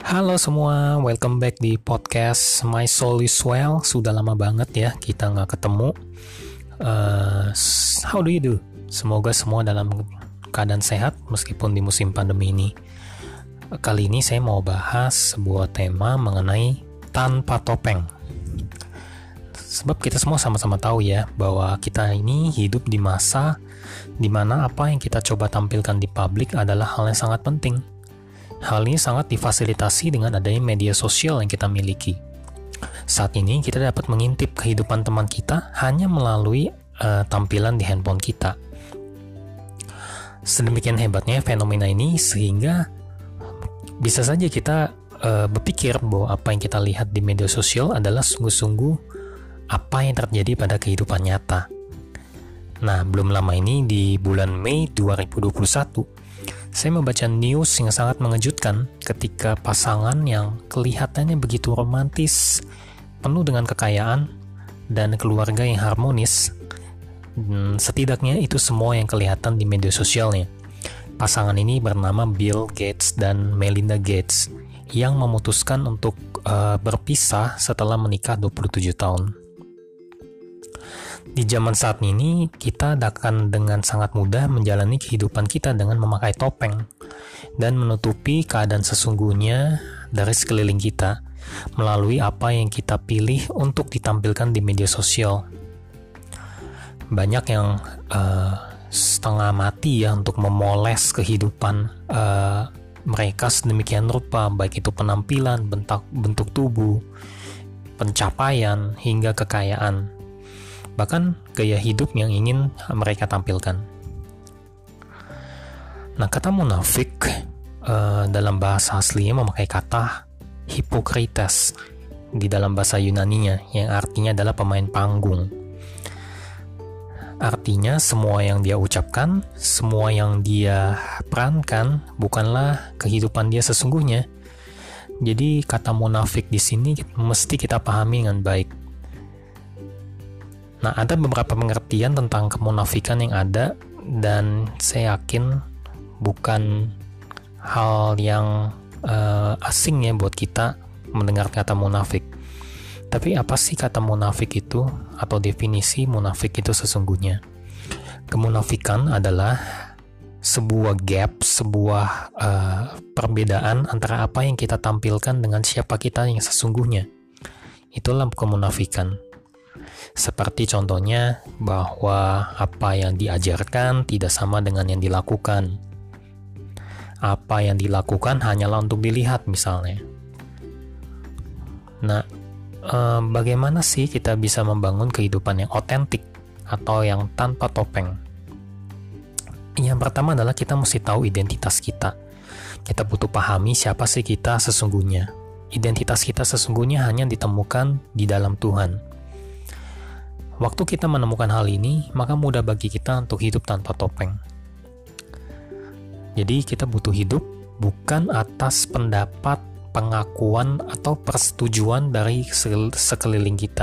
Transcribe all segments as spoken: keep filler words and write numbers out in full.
Halo semua, welcome back di podcast My Soul is Well. Sudah lama banget ya kita nggak ketemu. uh, How do you do? Semoga semua dalam keadaan sehat meskipun di musim pandemi ini. Kali ini saya mau bahas sebuah tema mengenai tanpa topeng. Sebab kita semua sama-sama tahu ya bahwa kita ini hidup di masa dimana apa yang kita coba tampilkan di publik adalah hal yang sangat penting. Hal ini sangat difasilitasi dengan adanya media sosial yang kita miliki. Saat ini kita dapat mengintip kehidupan teman kita hanya melalui uh, tampilan di handphone kita. Sedemikian hebatnya fenomena ini sehingga bisa saja kita uh, berpikir bahwa apa yang kita lihat di media sosial adalah sungguh-sungguh apa yang terjadi pada kehidupan nyata. Nah, belum lama ini di bulan Mei dua ribu dua puluh satu saya membaca news yang sangat mengejutkan ketika pasangan yang kelihatannya begitu romantis, penuh dengan kekayaan, dan keluarga yang harmonis. Hmm, setidaknya itu semua yang kelihatan di media sosialnya. Pasangan ini bernama Bill Gates dan Melinda Gates yang memutuskan untuk uh, berpisah setelah menikah dua puluh tujuh tahun. Di zaman saat ini, kita akan dengan sangat mudah menjalani kehidupan kita dengan memakai topeng dan menutupi keadaan sesungguhnya dari sekeliling kita melalui apa yang kita pilih untuk ditampilkan di media sosial. Banyak yang uh, setengah mati ya untuk memoles kehidupan uh, mereka sedemikian rupa, baik itu penampilan, bentuk, bentuk tubuh, pencapaian, hingga kekayaan. Bahkan gaya hidup yang ingin mereka tampilkan. Nah, kata munafik uh, dalam bahasa aslinya memakai kata hipokrites di dalam bahasa Yunaninya, yang artinya adalah pemain panggung. Artinya semua yang dia ucapkan, semua yang dia perankan bukanlah kehidupan dia sesungguhnya. Jadi kata munafik di sini mesti kita pahami dengan baik. Nah, ada beberapa pengertian tentang kemunafikan yang ada, dan saya yakin bukan hal yang uh, asing ya buat kita mendengar kata munafik. Tapi apa sih kata munafik itu, atau definisi munafik itu sesungguhnya? Kemunafikan adalah sebuah gap, sebuah uh, perbedaan antara apa yang kita tampilkan dengan siapa kita yang sesungguhnya. Itulah kemunafikan. Seperti contohnya bahwa apa yang diajarkan tidak sama dengan yang dilakukan. Apa yang dilakukan hanyalah untuk dilihat misalnya. Nah, eh, bagaimana sih kita bisa membangun kehidupan yang otentik atau yang tanpa topeng? Yang pertama adalah kita mesti tahu identitas kita. Kita butuh pahami siapa sih kita sesungguhnya. Identitas kita sesungguhnya hanya ditemukan di dalam Tuhan. Waktu kita menemukan hal ini, maka mudah bagi kita untuk hidup tanpa topeng. Jadi kita butuh hidup bukan atas pendapat, pengakuan, atau persetujuan dari sekeliling kita.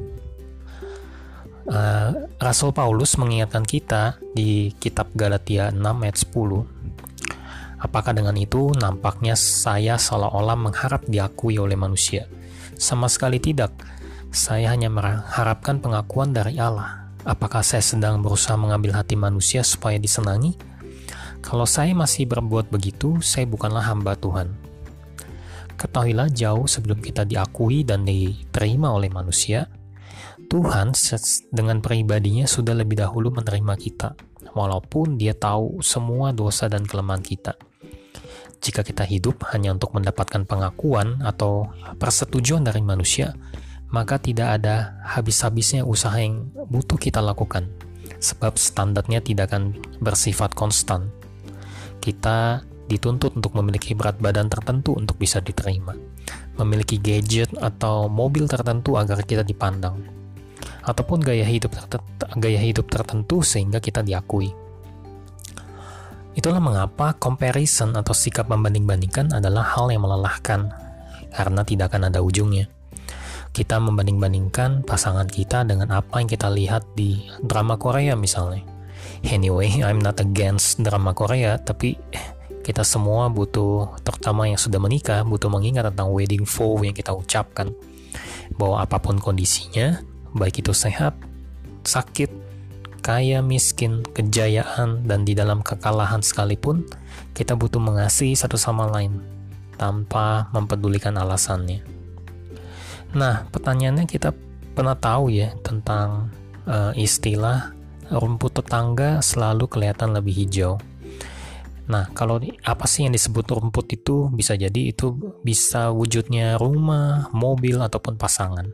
Uh, Rasul Paulus mengingatkan kita di kitab Galatia enam ayat sepuluh. Apakah dengan itu nampaknya saya seolah-olah mengharap diakui oleh manusia? Sama sekali tidak. Saya hanya mengharapkan pengakuan dari Allah. Apakah saya sedang berusaha mengambil hati manusia supaya disenangi? Kalau saya masih berbuat begitu, saya bukanlah hamba Tuhan. Ketahuilah, jauh sebelum kita diakui dan diterima oleh manusia, Tuhan dengan pribadinya sudah lebih dahulu menerima kita, walaupun Dia tahu semua dosa dan kelemahan kita. Jika kita hidup hanya untuk mendapatkan pengakuan atau persetujuan dari manusia, maka tidak ada habis-habisnya usaha yang butuh kita lakukan, sebab standarnya tidak akan bersifat konstan. Kita dituntut untuk memiliki berat badan tertentu untuk bisa diterima, memiliki gadget atau mobil tertentu agar kita dipandang, ataupun gaya hidup tertentu, gaya hidup tertentu sehingga kita diakui. Itulah mengapa comparison atau sikap membanding-bandingkan adalah hal yang melelahkan, karena tidak akan ada ujungnya. Kita membanding-bandingkan pasangan kita dengan apa yang kita lihat di drama Korea misalnya. Anyway, I'm not against drama Korea, tapi kita semua butuh, terutama yang sudah menikah, butuh mengingat tentang wedding vow yang kita ucapkan. Bahwa apapun kondisinya, baik itu sehat, sakit, kaya, miskin, kejayaan, dan di dalam kekalahan sekalipun, kita butuh mengasihi satu sama lain, tanpa mempedulikan alasannya. Nah, pertanyaannya, kita pernah tahu ya tentang uh, istilah rumput tetangga selalu kelihatan lebih hijau. Nah, kalau apa sih yang disebut rumput itu? Bisa jadi itu bisa wujudnya rumah, mobil, ataupun pasangan.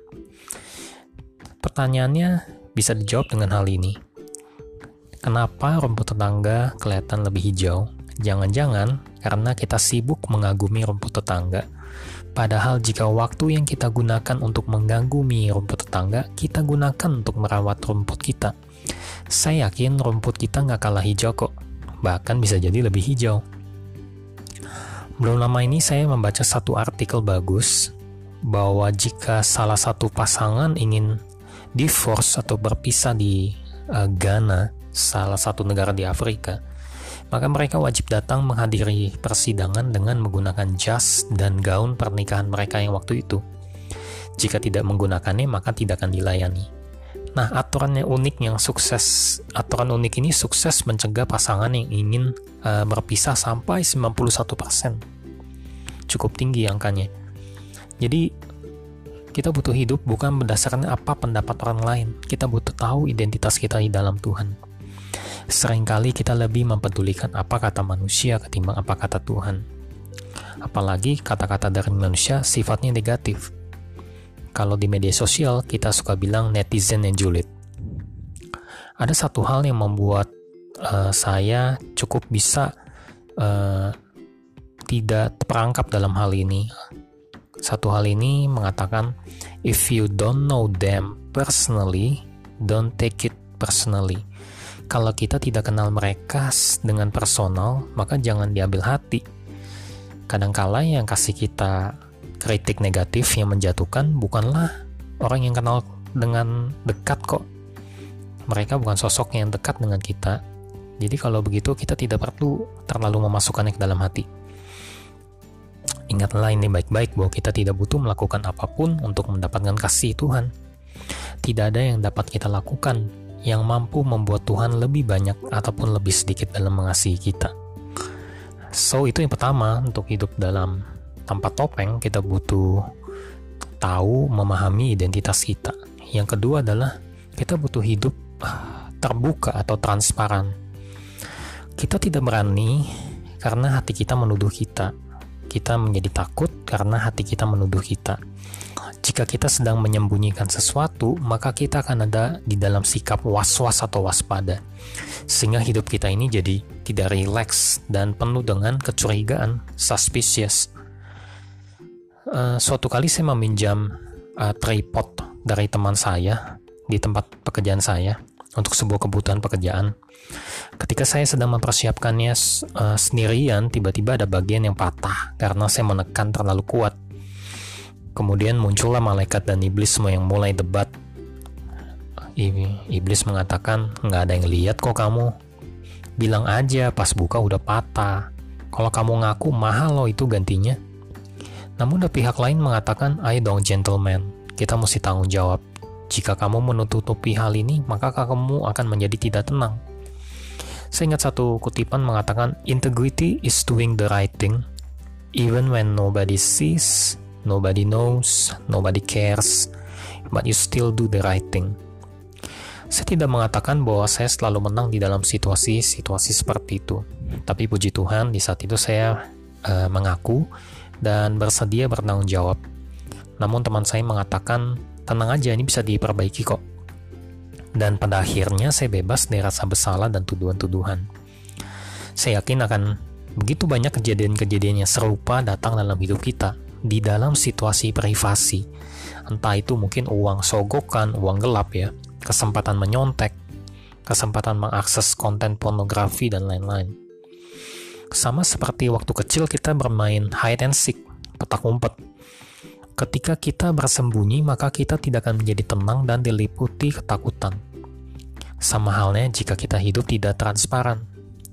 Pertanyaannya bisa dijawab dengan hal ini. Kenapa rumput tetangga kelihatan lebih hijau? Jangan-jangan karena kita sibuk mengagumi rumput tetangga. Padahal jika waktu yang kita gunakan untuk mengagumi rumput tetangga, kita gunakan untuk merawat rumput kita. Saya yakin rumput kita nggak kalah hijau kok. Bahkan bisa jadi lebih hijau. Belum lama ini saya membaca satu artikel bagus bahwa jika salah satu pasangan ingin divorce atau berpisah di uh, Ghana, salah satu negara di Afrika, maka mereka wajib datang menghadiri persidangan dengan menggunakan jas dan gaun pernikahan mereka yang waktu itu. Jika tidak menggunakannya, maka tidak akan dilayani. Nah, aturannya unik yang sukses, aturan unik ini sukses mencegah pasangan yang ingin uh, berpisah sampai sembilan puluh satu persen. Cukup tinggi angkanya. Jadi, kita butuh hidup bukan berdasarkan apa pendapat orang lain. Kita butuh tahu identitas kita di dalam Tuhan. Seringkali kita lebih mempedulikan apa kata manusia ketimbang apa kata Tuhan. Apalagi kata-kata dari manusia sifatnya negatif. Kalau di media sosial, kita suka bilang netizen yang julid. Ada satu hal yang membuat uh, saya cukup bisa uh, tidak terperangkap dalam hal ini. Satu hal ini mengatakan, if you don't know them personally, don't take it personally. Kalau kita tidak kenal mereka dengan personal, maka jangan diambil hati. Kadangkala yang kasih kita kritik negatif yang menjatuhkan bukanlah orang yang kenal dengan dekat kok. Mereka bukan sosok yang dekat dengan kita. Jadi kalau begitu kita tidak perlu terlalu memasukkannya ke dalam hati. Ingatlah ini baik-baik bahwa kita tidak butuh melakukan apapun untuk mendapatkan kasih Tuhan. Tidak ada yang dapat kita lakukan yang mampu membuat Tuhan lebih banyak ataupun lebih sedikit dalam mengasihi kita. So itu yang pertama, untuk hidup dalam tanpa topeng, kita butuh tahu, memahami identitas kita. Yang kedua adalah kita butuh hidup terbuka atau transparan. Kita tidak berani karena hati kita menuduh kita. Kita menjadi takut karena hati kita menuduh kita. Jika kita sedang menyembunyikan sesuatu, maka kita akan ada di dalam sikap was-was atau waspada. Sehingga hidup kita ini jadi tidak rileks dan penuh dengan kecurigaan, suspicious. Uh, suatu kali saya meminjam uh, tripod dari teman saya di tempat pekerjaan saya untuk sebuah kebutuhan pekerjaan. Ketika saya sedang mempersiapkannya uh, sendirian, tiba-tiba ada bagian yang patah karena saya menekan terlalu kuat. Kemudian muncullah malaikat dan iblis semua yang mulai debat. Iblis mengatakan, nggak ada yang lihat kok kamu. Bilang aja pas buka udah patah. Kalau kamu ngaku mahal loh itu gantinya. Namun ada pihak lain mengatakan, ayo dong gentleman, kita mesti tanggung jawab. Jika kamu menutupi hal ini, maka kamu akan menjadi tidak tenang. Saya ingat satu kutipan mengatakan, integrity is doing the right thing, even when nobody sees, nobody knows, nobody cares, but you still do the right thing. Saya tidak mengatakan bahwa saya selalu menang di dalam situasi-situasi seperti itu. Tapi puji Tuhan, di saat itu saya uh, mengaku dan bersedia bertanggung jawab. Namun teman saya mengatakan, tenang aja, ini bisa diperbaiki kok. Dan pada akhirnya saya bebas dari rasa bersalah dan tuduhan-tuduhan. Saya yakin akan begitu banyak kejadian-kejadian yang serupa datang dalam hidup kita, di dalam situasi privasi. Entah itu mungkin uang sogokan, uang gelap ya, kesempatan menyontek, kesempatan mengakses konten pornografi, dan lain-lain. Sama seperti waktu kecil kita bermain hide and seek, petak umpet. Ketika kita bersembunyi, maka kita tidak akan menjadi tenang dan diliputi ketakutan. Sama halnya jika kita hidup tidak transparan.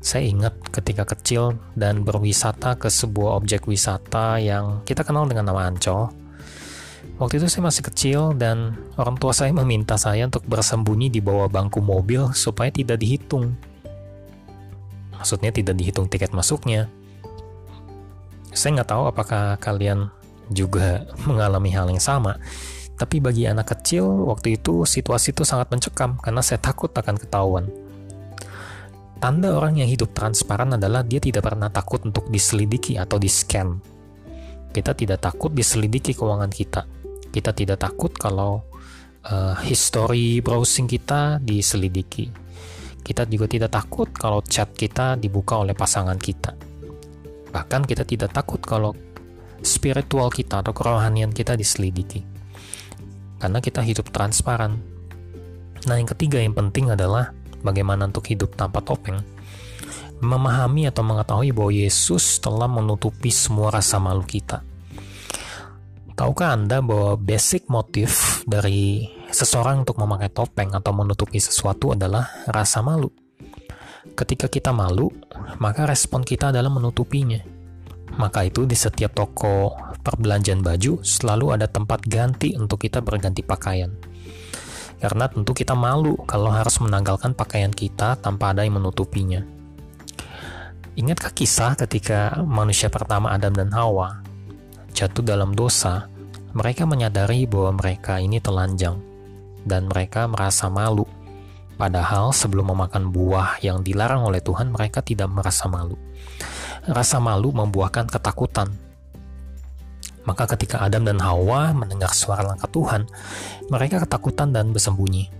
Saya ingat ketika kecil dan berwisata ke sebuah objek wisata yang kita kenal dengan nama Ancol. Waktu itu saya masih kecil dan orang tua saya meminta saya untuk bersembunyi di bawah bangku mobil supaya tidak dihitung. Maksudnya tidak dihitung tiket masuknya. Saya nggak tahu apakah kalian juga mengalami hal yang sama. Tapi bagi anak kecil, waktu itu situasi itu sangat mencekam karena saya takut akan ketahuan. Tanda orang yang hidup transparan adalah dia tidak pernah takut untuk diselidiki atau di-scan. Kita tidak takut diselidiki keuangan kita. Kita tidak takut kalau uh, history browsing kita diselidiki. Kita juga tidak takut kalau chat kita dibuka oleh pasangan kita. Bahkan kita tidak takut kalau spiritual kita atau kerohanian kita diselidiki. Karena kita hidup transparan. Nah, yang ketiga yang penting adalah bagaimana untuk hidup tanpa topeng. Memahami atau mengetahui bahwa Yesus telah menutupi semua rasa malu kita. Tahukah Anda bahwa basic motif dari seseorang untuk memakai topeng atau menutupi sesuatu adalah rasa malu? Ketika kita malu, maka respon kita adalah menutupinya. Maka itu di setiap toko perbelanjaan baju selalu ada tempat ganti untuk kita berganti pakaian. Karena tentu kita malu kalau harus menanggalkan pakaian kita tanpa ada yang menutupinya. Ingatkah kisah ketika manusia pertama Adam dan Hawa jatuh dalam dosa? Mereka menyadari bahwa mereka ini telanjang dan mereka merasa malu. Padahal sebelum memakan buah yang dilarang oleh Tuhan, mereka tidak merasa malu. Rasa malu membuahkan ketakutan. Maka ketika Adam dan Hawa mendengar suara langkah Tuhan, mereka ketakutan dan bersembunyi.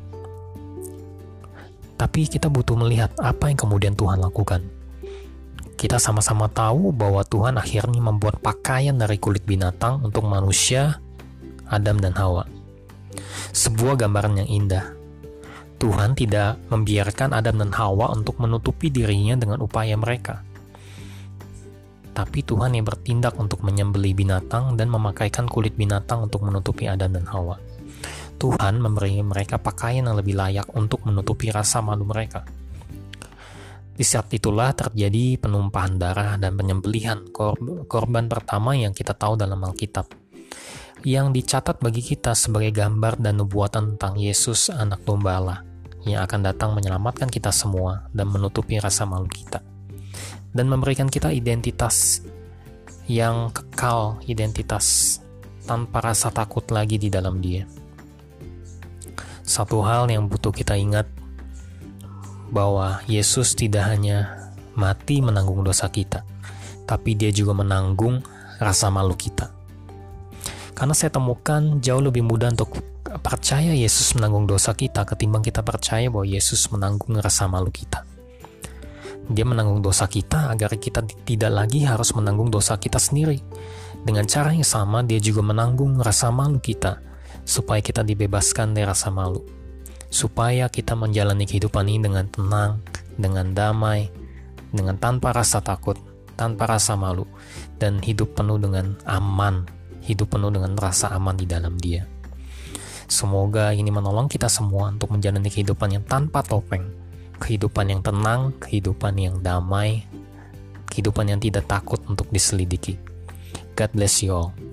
Tapi kita butuh melihat apa yang kemudian Tuhan lakukan. Kita sama-sama tahu bahwa Tuhan akhirnya membuat pakaian dari kulit binatang untuk manusia, Adam dan Hawa. Sebuah gambaran yang indah. Tuhan tidak membiarkan Adam dan Hawa untuk menutupi dirinya dengan upaya mereka. Tapi Tuhan yang bertindak untuk menyembelih binatang dan memakaikan kulit binatang untuk menutupi Adam dan Hawa. Tuhan memberi mereka pakaian yang lebih layak untuk menutupi rasa malu mereka. Di saat itulah terjadi penumpahan darah dan penyembelihan kor- korban pertama yang kita tahu dalam Alkitab, yang dicatat bagi kita sebagai gambar dan nubuatan tentang Yesus, anak domba Allah, yang akan datang menyelamatkan kita semua dan menutupi rasa malu kita, dan memberikan kita identitas yang kekal, identitas tanpa rasa takut lagi di dalam Dia. Satu hal yang butuh kita ingat, bahwa Yesus tidak hanya mati menanggung dosa kita, tapi Dia juga menanggung rasa malu kita. Karena saya temukan jauh lebih mudah untuk percaya Yesus menanggung dosa kita ketimbang kita percaya bahwa Yesus menanggung rasa malu kita. Dia menanggung dosa kita agar kita tidak lagi harus menanggung dosa kita sendiri. Dengan cara yang sama, Dia juga menanggung rasa malu kita, supaya kita dibebaskan dari rasa malu. Supaya kita menjalani kehidupan ini dengan tenang, dengan damai, dengan tanpa rasa takut, tanpa rasa malu, dan hidup penuh dengan aman, hidup penuh dengan rasa aman di dalam Dia. Semoga ini menolong kita semua untuk menjalani kehidupan yang tanpa topeng, kehidupan yang tenang, kehidupan yang damai, kehidupan yang tidak takut untuk diselidiki. God bless you all.